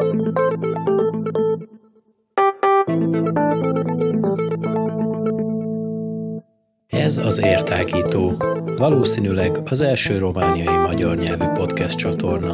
Ez az Értágító, valószínűleg az első romániai magyar nyelvű podcast csatorna.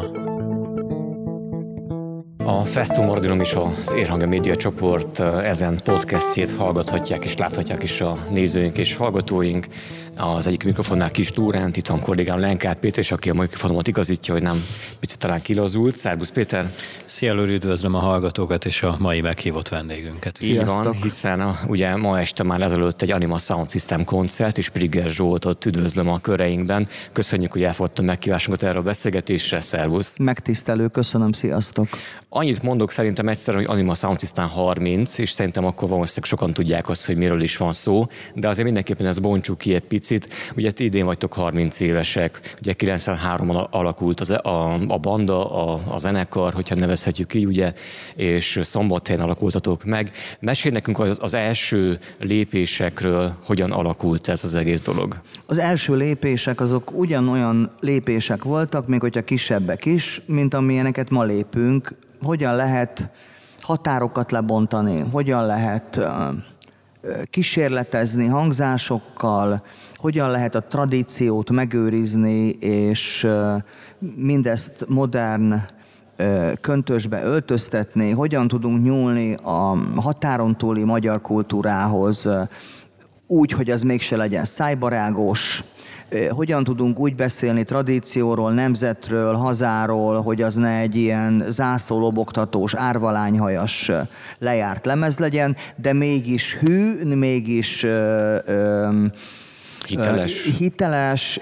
A Festum Ordinum és az Érhangja Média csoport ezen podcastjét hallgathatják és láthatják is a nézőink és hallgatóink. Az egyik mikrofonnál Kis Dóránt, itt van kollégám Lenkát Péter, és aki a mikrofonomat igazítja, hogy nem picit talán kilazult. Szerbusz Péter! Szia Lőri, üdvözlöm a hallgatókat és a mai meghívott vendégünket. Így van, hiszen ugye ma este már ezelőtt egy Anima Sound System koncert, és Brigger Zsoltot üdvözlöm a köreinkben. Köszönjük, hogy elfogadtam meghívásunkat erre a beszélgetésre. Szervusz! Megtisztelő, köszönöm, sziasztok! Annyit mondok szerintem egyszer, hogy Anima Sound System 30, és szerintem akkor valószínűleg sokan tudják azt, hogy miről is van szó, de azért mindenképpen ezt bontsuk ki egy picit. Ugye idén vagytok 30 évesek, ugye 93-ban alakult a banda, a zenekar, hogyha nevezhetjük így, ugye, és Szombathelyen alakultatok meg. Mesélj nekünk az első lépésekről, hogyan alakult ez az egész dolog. Az első lépések azok ugyanolyan lépések voltak, még hogyha kisebbek is, mint amilyeneket ma lépünk. Hogyan lehet határokat lebontani, hogyan lehet kísérletezni hangzásokkal, hogyan lehet a tradíciót megőrizni, és mindezt modern köntösbe öltöztetni, hogyan tudunk nyúlni a határon túli magyar kultúrához úgy, hogy az mégse legyen szájbarágos, hogyan tudunk úgy beszélni tradícióról, nemzetről, hazáról, hogy az ne egy ilyen zászlólobogtatós, árvalányhajas lejárt lemez legyen, de mégis hű, mégis hiteles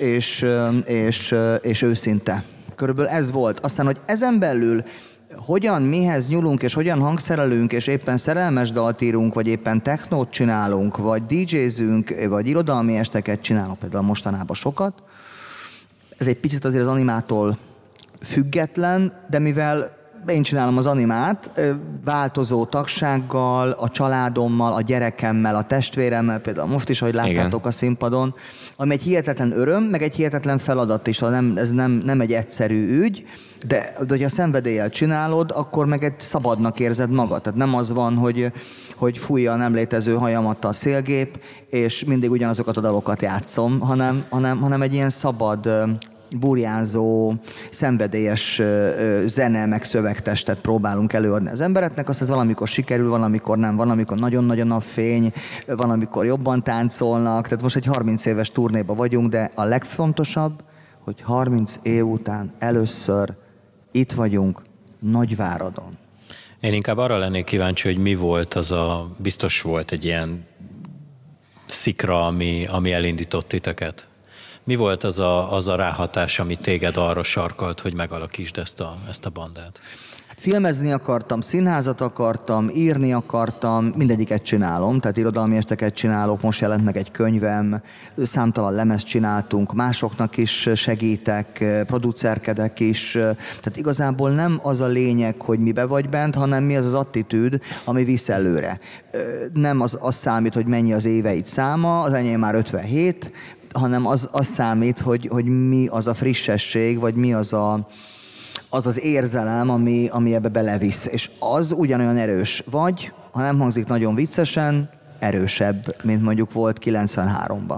és őszinte. Körülbelül ez volt. Aztán, hogy ezen belül hogyan, mihez nyúlunk, és hogyan hangszerelünk, és éppen szerelmes dalt írunk, vagy éppen technót csinálunk, vagy DJ-zünk, vagy irodalmi esteket csinálunk, például mostanában sokat. Ez egy picit azért az animától független, de mivel én csinálom az animát, változó tagsággal, a családommal, a gyerekemmel, a testvéremmel, például most is, ahogy láttátok a színpadon, ami egy hihetetlen öröm, meg egy hihetetlen feladat is, ez nem egy egyszerű ügy, de hogyha szenvedéllyel csinálod, akkor meg egy szabadnak érzed magad. Tehát nem az van, hogy fújja a nem létező hajamat a szélgép, és mindig ugyanazokat a dalokat játszom, hanem egy ilyen szabad, burjánzó, szenvedélyes zene, meg szövegtestet próbálunk előadni az embereknek, azt ez valamikor sikerül, valamikor nem, valamikor nagyon-nagyon a fény, valamikor jobban táncolnak, tehát most egy 30 éves turnéba vagyunk, de a legfontosabb, hogy 30 év után először itt vagyunk Nagyváradon. Én inkább arra lennék kíváncsi, hogy mi volt biztos volt egy ilyen szikra, ami elindított titeket. Mi volt az a ráhatás, ami téged arra sarkalt, hogy megalakítsd ezt a bandát? Hát filmezni akartam, színházat akartam, írni akartam, mindegyiket csinálom, tehát irodalmi esteket csinálok, most jelent meg egy könyvem, számtalan lemezt csináltunk, másoknak is segítek, producerkedek is, tehát igazából nem az a lényeg, hogy mibe vagy bent, hanem mi az attitűd, ami visz előre. Nem az számít, hogy mennyi az éveid száma, az enyém már 57, hanem az számít, hogy mi az a frissesség, vagy mi az az érzelem, ami ebbe belevisz. És az ugyanolyan erős. Vagy, ha nem hangzik nagyon viccesen, erősebb, mint mondjuk volt 93-ban.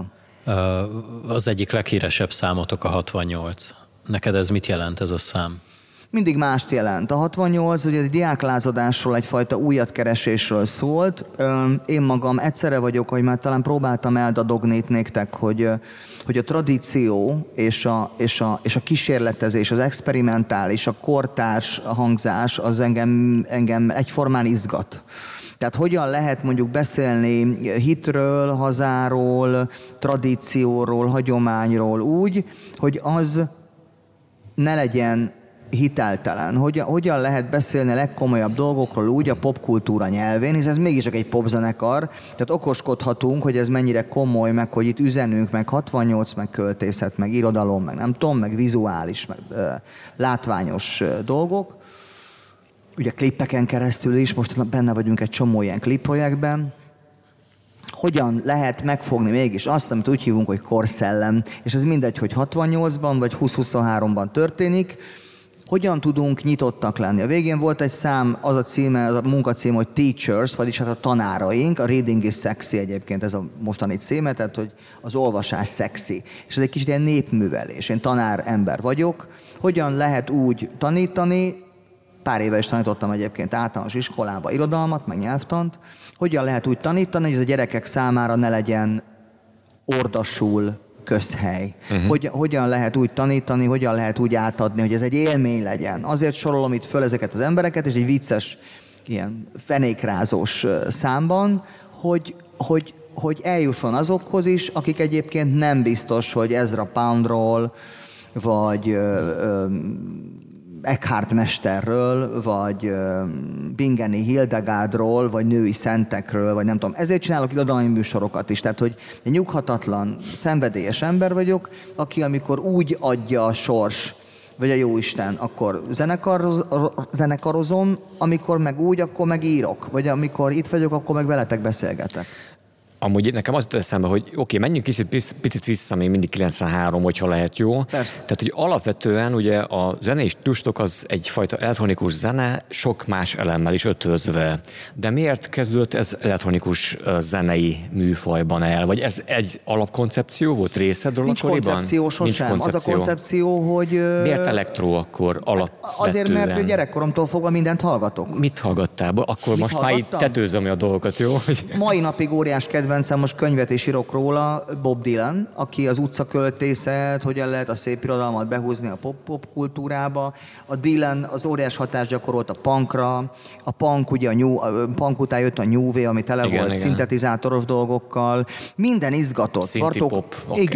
Az egyik leghíresebb számotok a 68. Neked ez mit jelent, ez a szám? Mindig mást jelent. A 68 ugye egy diáklázadásról, egyfajta újatkeresésről szólt. Én magam egyszerre vagyok, hogy már talán próbáltam eldadogni itt nektek, hogy a tradíció és a kísérletezés, az experimentális, a kortárs hangzás az engem egyformán izgat. Tehát hogyan lehet mondjuk beszélni hitről, hazáról, tradícióról, hagyományról úgy, hogy az ne legyen hiteltelen. Hogyan lehet beszélni a legkomolyabb dolgokról úgy a popkultúra nyelvén, hisz ez mégis egy popzenekar, tehát okoskodhatunk, hogy ez mennyire komoly, meg hogy itt üzenünk, meg 68, meg költészet, meg irodalom, meg nem tudom, meg vizuális, meg látványos dolgok. Ugye klippeken keresztül is, most benne vagyunk egy csomó ilyen klipprojektben. Hogyan lehet megfogni mégis azt, amit úgy hívunk, hogy korszellem, és ez mindegy, hogy 68-ban vagy 2023-ban történik, hogyan tudunk nyitottak lenni. A végén volt egy szám, az a címe, az a munkacím, hogy Teachers, vagyis hát a tanáraink, a Reading is Sexy egyébként ez a mostani címe, tehát hogy az olvasás szexi. És ez egy kicsit ilyen népművelés. Én tanár ember vagyok. Hogyan lehet úgy tanítani, pár éve is tanítottam egyébként általános iskolába irodalmat, meg nyelvtant, hogyan lehet úgy tanítani, hogy ez a gyerekek számára ne legyen ordasul közhely. Hogyan lehet úgy tanítani, hogyan lehet úgy átadni, hogy ez egy élmény legyen. Azért sorolom itt föl ezeket az embereket, és egy vicces, ilyen fenékrázós számban, hogy eljusson azokhoz is, akik egyébként nem biztos, hogy Ezra Poundról, vagy Eckhart mesterről, vagy Bingeni Hildegardról, vagy női szentekről, vagy nem tudom. Ezért csinálok irodalmi műsorokat is. Tehát, hogy egy nyughatatlan, szenvedélyes ember vagyok, aki amikor úgy adja a sors, vagy a jóisten, akkor zenekarozom, amikor meg úgy, akkor meg írok. Vagy amikor itt vagyok, akkor meg veletek beszélgetek. Amúgy nekem az jut eszembe, hogy oké, menjünk picit vissza, még mindig 93, hogyha lehet, jó? Persze. Tehát, hogy alapvetően ugye a zenei stílusok az egyfajta elektronikus zene, sok más elemmel is ötvözve. De miért kezdődött ez elektronikus zenei műfajban el? Vagy ez egy alapkoncepció volt részedről Nincs akkoriban? Koncepció sosem. Nincs koncepció. Az a koncepció, hogy... Miért elektro akkor alapvetően? Azért, mert gyerekkoromtól fogva mindent hallgatok. Mit hallgattál? Akkor most már így tetőzöm a dolgokat, jó? Mai napig óriás kedvencem, most könyvet is írok róla, Bob Dylan, aki az utcaköltészet, hogyan lehet a szép irodalmat behúzni a pop kultúrába. A Dylan az óriás hatást gyakorolt a punkra, a punk, ugye a punk után jött a new wave, ami tele volt szintetizátoros dolgokkal. Minden izgatott. Szinti pop.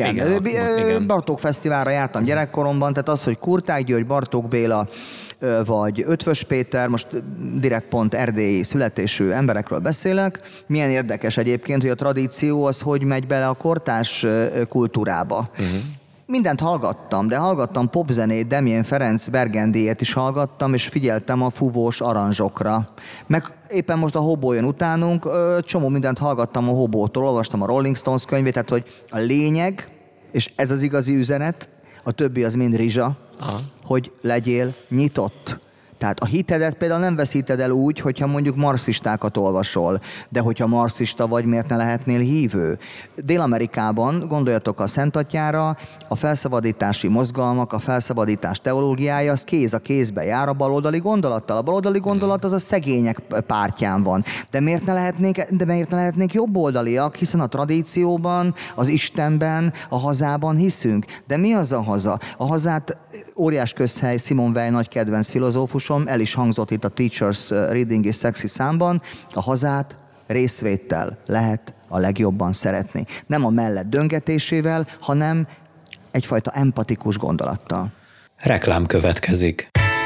Igen. Bartók Fesztiválra jártam gyerekkoromban, tehát az, hogy Kurtág György, Bartók Béla, vagy Ötvös Péter, most direkt pont erdélyi születésű emberekről beszélek. Milyen érdekes egyébként, hogy a tradíció az hogy megy bele a kortárs kultúrába. Mindent hallgattam, de hallgattam popzenét, Damien Ferenc Bergendiét is hallgattam, és figyeltem a fúvós aranzsokra. Meg éppen most a Hobó jön utánunk, csomó mindent hallgattam a Hobótól, olvastam a Rolling Stones könyvét, tehát hogy a lényeg, és ez az igazi üzenet, a többi az mind rizsa, hogy legyél nyitott. Tehát a hitedet például nem veszíted el úgy, hogyha mondjuk marxistákat olvasol, de hogyha marxista vagy, miért ne lehetnél hívő? Dél-Amerikában, gondoljatok a Szentatyára, a felszabadítási mozgalmak, a felszabadítás teológiája, az kéz a kézbe jár a baloldali gondolattal. A baloldali gondolat az a szegények pártján van. De miért ne lehetnék jobboldaliak, hiszen a tradícióban, az Istenben, a hazában hiszünk. De mi az a haza? A hazát óriás közhely, Simone Weil nagy kedvenc filozófus, el is hangzott itt a Teachers Reading is Sexy számban, a hazát részvéttel lehet a legjobban szeretni. Nem a mellett döngetésével, hanem egyfajta empatikus gondolattal. Reklám következik.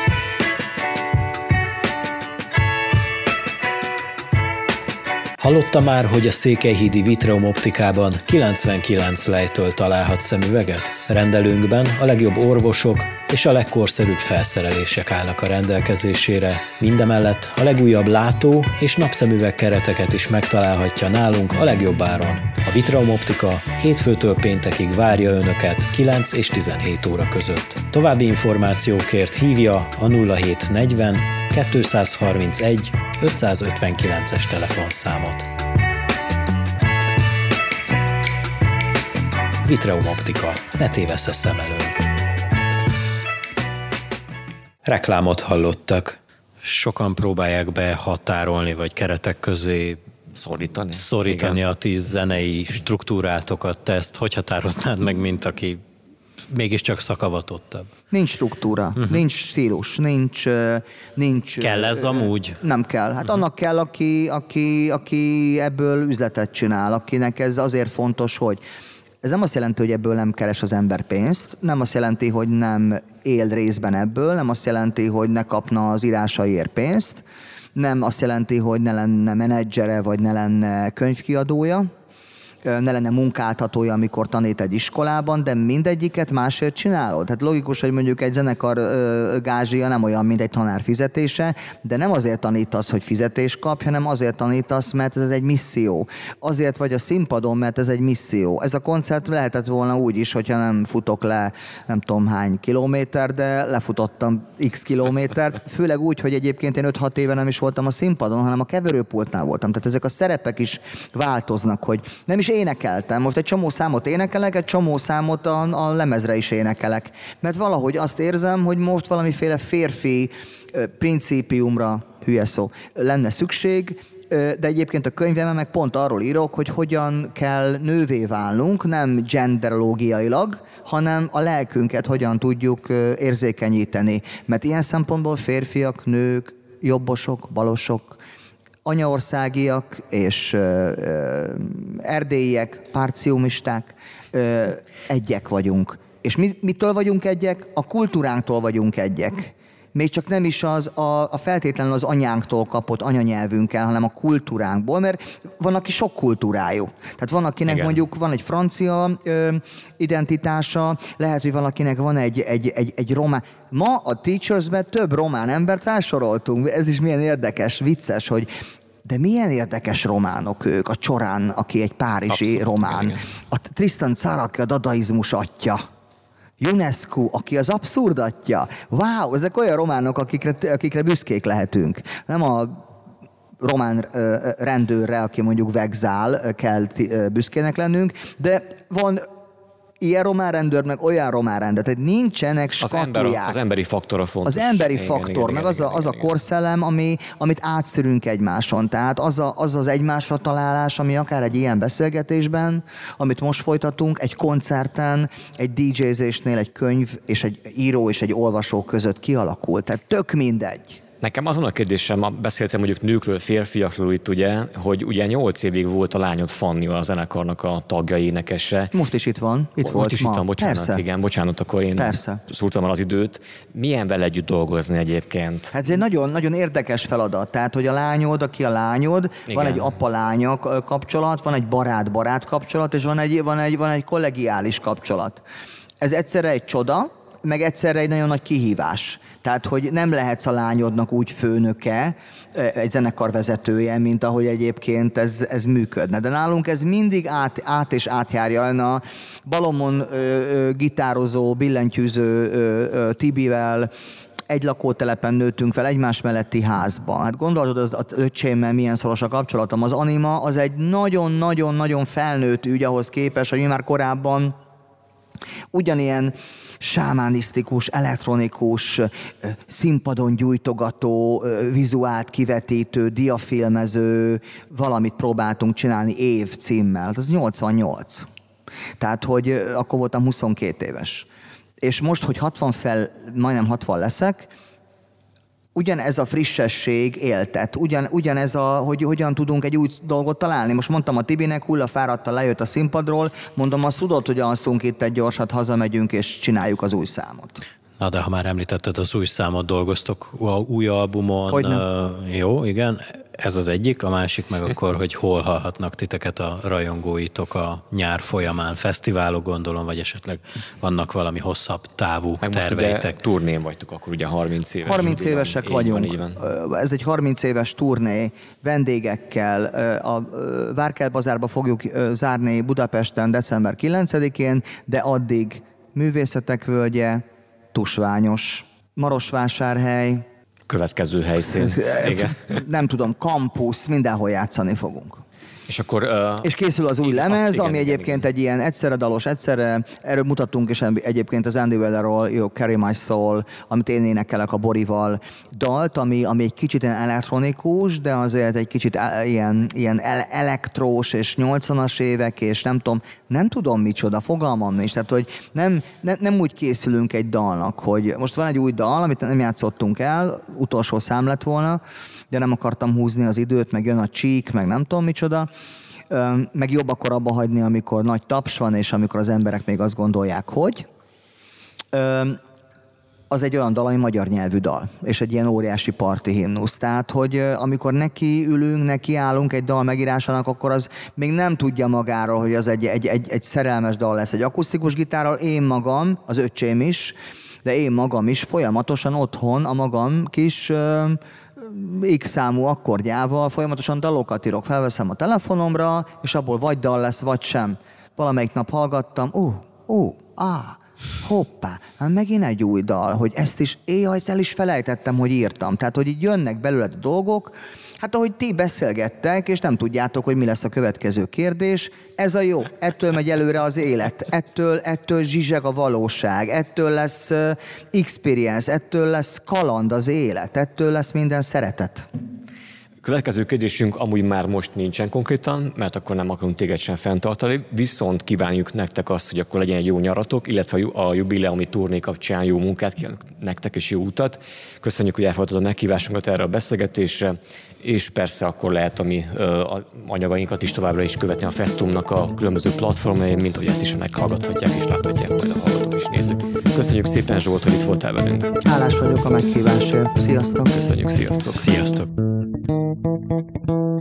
Hallotta már, hogy a Székelyhídi Vitreum Optikában 99 lejtől találhat szemüveget? Rendelőnkben a legjobb orvosok és a legkorszerűbb felszerelések állnak a rendelkezésére. Mindemellett a legújabb látó- és napszemüveg kereteket is megtalálhatja nálunk a legjobb áron. A Vitreum Optika hétfőtől péntekig várja Önöket 9 és 17 óra között. További információkért hívja a 0740 231 559-es telefonszámot. Vitreum Optika. Ne tévessz a szem elől. Reklámot hallottak. Sokan próbálják behatárolni, vagy keretek közé szorítani a ti zenei struktúrátokat. Te ezt hogy határoznád meg, mint aki mégiscsak szakavatottabb? Nincs struktúra, nincs stílus, nincs... Kell ez amúgy? Nem kell. Hát annak kell, aki ebből üzletet csinál, akinek ez azért fontos, hogy... Ez nem azt jelenti, hogy ebből nem keres az ember pénzt, nem azt jelenti, hogy nem él részben ebből, nem azt jelenti, hogy ne kapna az írásaiért pénzt, nem azt jelenti, hogy ne lenne menedzsere, vagy ne lenne könyvkiadója. ne lenne munkáltatója, amikor tanít egy iskolában, de mindegyiket másért csinálod. Tehát logikus, hogy mondjuk egy zenekar gázsia nem olyan, mint egy tanár fizetése, de nem azért tanítasz, hogy fizetést kapj, hanem azért tanítasz, mert ez egy misszió. Azért vagy a színpadon, mert ez egy misszió. Ez a koncert lehetett volna úgy is, hogyha nem futok le nem tudom hány kilométer, de lefutottam x kilométert, főleg úgy, hogy egyébként én 5-6 éve nem is voltam a színpadon, hanem a keverőpultnál voltam. Tehát ezek a szerepek is változnak, hogy nem is énekeltem. Most egy csomó számot énekelek, egy csomó számot a lemezre is énekelek. Mert valahogy azt érzem, hogy most valamiféle férfi principiumra, hülye szó, lenne szükség, de egyébként a könyvemben meg pont arról írok, hogy hogyan kell nővé válnunk, nem genderológiailag, hanem a lelkünket hogyan tudjuk érzékenyíteni. Mert ilyen szempontból férfiak, nők, jobbosok, balosok, anyaországiak és erdélyiek, párciumisták, egyek vagyunk. És mitől vagyunk egyek? A kultúránktól vagyunk egyek. Még csak nem is a feltétlenül az anyánktól kapott anyanyelvünkkel, hanem a kultúránkból, mert van, aki sok kultúrájú. Tehát van, akinek mondjuk van egy francia identitása, lehet, hogy valakinek van egy román. Ma a Teachers-ben több román embert rásoroltunk. Ez is milyen érdekes, vicces, hogy de milyen érdekes románok ők. A Csorán, aki egy párizsi abszolút, román. Igen. A Tristan Tzar, aki a dadaizmus atya. UNESCO, aki az abszurd atya. Wow, ezek olyan románok, akikre büszkék lehetünk. Nem a román rendőrre, aki mondjuk vegzál, kell büszkének lennünk, de van ilyen román rendőr, meg olyan román rendőr. Tehát nincsenek skatuják. Az emberi faktor a fontos. Az emberi faktor, meg az a korszellem, amit átszűrünk egymáson. Tehát az az egymásra találás, ami akár egy ilyen beszélgetésben, amit most folytatunk, egy koncerten, egy DJ-zésnél, egy könyv, és egy író és egy olvasó között kialakul. Tehát tök mindegy. Nekem azon a kérdésem, beszéltem mondjuk nőkről, férfiakról itt ugye, hogy ugye 8 évig volt a lányod Fanni, a zenekarnak a tagja, énekese. Most is itt van. Most is itt van, bocsánat. Persze. Igen, bocsánat, akkor én szúrtam el az időt. Milyen vele együtt dolgozni egyébként? Hát ez egy nagyon, nagyon érdekes feladat. Tehát, hogy a lányod, aki a lányod, igen. Van egy apa-lánya kapcsolat, van egy barát-barát kapcsolat, és van egy kollegiális kapcsolat. Ez egyszerre egy csoda, meg egyszerre egy nagyon nagy kihívás. Tehát, hogy nem lehetsz a lányodnak úgy főnöke, egy zenekar vezetője, mint ahogy egyébként ez működne. De nálunk ez mindig át és átjárja. A balomon gitározó, billentyűző Tibivel egy lakótelepen nőttünk fel egymás melletti házban. Hát gondolod, az öcsémmel milyen szoros a kapcsolatom. Az Anima az egy nagyon-nagyon-nagyon felnőtt ügy ahhoz képest, hogy mi már korábban ugyanilyen sámánisztikus, elektronikus, színpadon gyújtogató, vizuált kivetítő, diafilmező, valamit próbáltunk csinálni Év címmel. Az 88. Tehát, hogy akkor voltam 22 éves. És most, hogy 60 majdnem 60 leszek, ugyanez a frissesség éltet, ugyanez hogy hogyan tudunk egy új dolgot találni. Most mondtam a Tibinek, hullafáradtan lejött a színpadról, mondom, azt tudod, hogy alszunk itt egy gyorsat, hazamegyünk és csináljuk az új számot. Na, de ha már említetted, az új számot dolgoztok, új albumon. Jó, igen, ez az egyik, a másik meg akkor, hogy hol hallhatnak titeket a rajongóitok a nyár folyamán, fesztiválok gondolom, vagy esetleg vannak valami hosszabb távú meg terveitek. Most turnén vagytok, akkor ugye 30 éves. 30 évesek vagyunk. Így van. Ez egy 30 éves turné vendégekkel. A Várkert Bazárba fogjuk zárni Budapesten december 9-én, de addig Művészetek völgye, Tusványos, Marosvásárhely. Következő helyszín. Igen. Nem tudom, kampusz, mindenhol játszani fogunk. És akkor... és készül az új lemez, ami egyébként egy ilyen egyszerre dalos, erről mutattunk is egyébként az Andy Weller-ról, Carry My Soul, amit én énekelek a Borival dalt, ami egy kicsit ilyen elektronikus, de azért egy kicsit ilyen elektrós és 80-as évek, és nem tudom micsoda, fogalmam nincs. Tehát, hogy nem úgy készülünk egy dalnak, hogy most van egy új dal, amit nem játszottunk el, utolsó szám lett volna, de nem akartam húzni az időt, meg jön a csík, meg nem tudom micsoda, meg jobb akkor abba hagyni, amikor nagy taps van, és amikor az emberek még azt gondolják, hogy. az egy olyan dal, ami magyar nyelvű dal, és egy ilyen óriási parti himnusz. Tehát, hogy amikor nekiállunk egy dal megírásának, akkor az még nem tudja magáról, hogy az egy szerelmes dal lesz egy akusztikus gitárral. Én magam, az öcsém is, de én magam is folyamatosan otthon a magam kis X számú akkordjával folyamatosan dalokat írok, felveszem a telefonomra, és abból vagy dal lesz, vagy sem. Valamelyik nap hallgattam, hoppá, megint egy új dal, hogy ezt is, el is felejtettem, hogy írtam. Tehát, hogy így jönnek belőled a dolgok, hát ahogy ti beszélgettek, és nem tudjátok, hogy mi lesz a következő kérdés, ez a jó, ettől megy előre az élet, ettől zsizseg a valóság, ettől lesz experience, ettől lesz kaland az élet, ettől lesz minden szeretet. Következő kérdésünk amúgy már most nincsen konkrétan, mert akkor nem akarunk téged sem fenntartani, viszont kívánjuk nektek azt, hogy akkor legyen egy jó nyaratok, illetve a jubileumi turné kapcsán jó munkát kívánok nektek és jó utat. Köszönjük, hogy elfogadtad a meghívásunkat erre a beszélgetésre, és persze akkor lehet a mi anyagainkat is továbbra is követni a Festumnak a különböző platformjain, mint hogy ezt is meghallgathatják és láthatják majd a hallgatók és nézők. Köszönjük szépen, Zsolt, hogy itt voltál velünk. Hálás vagyok a meghívásért. Sziasztok! Köszönjük, sziasztok! Sziasztok!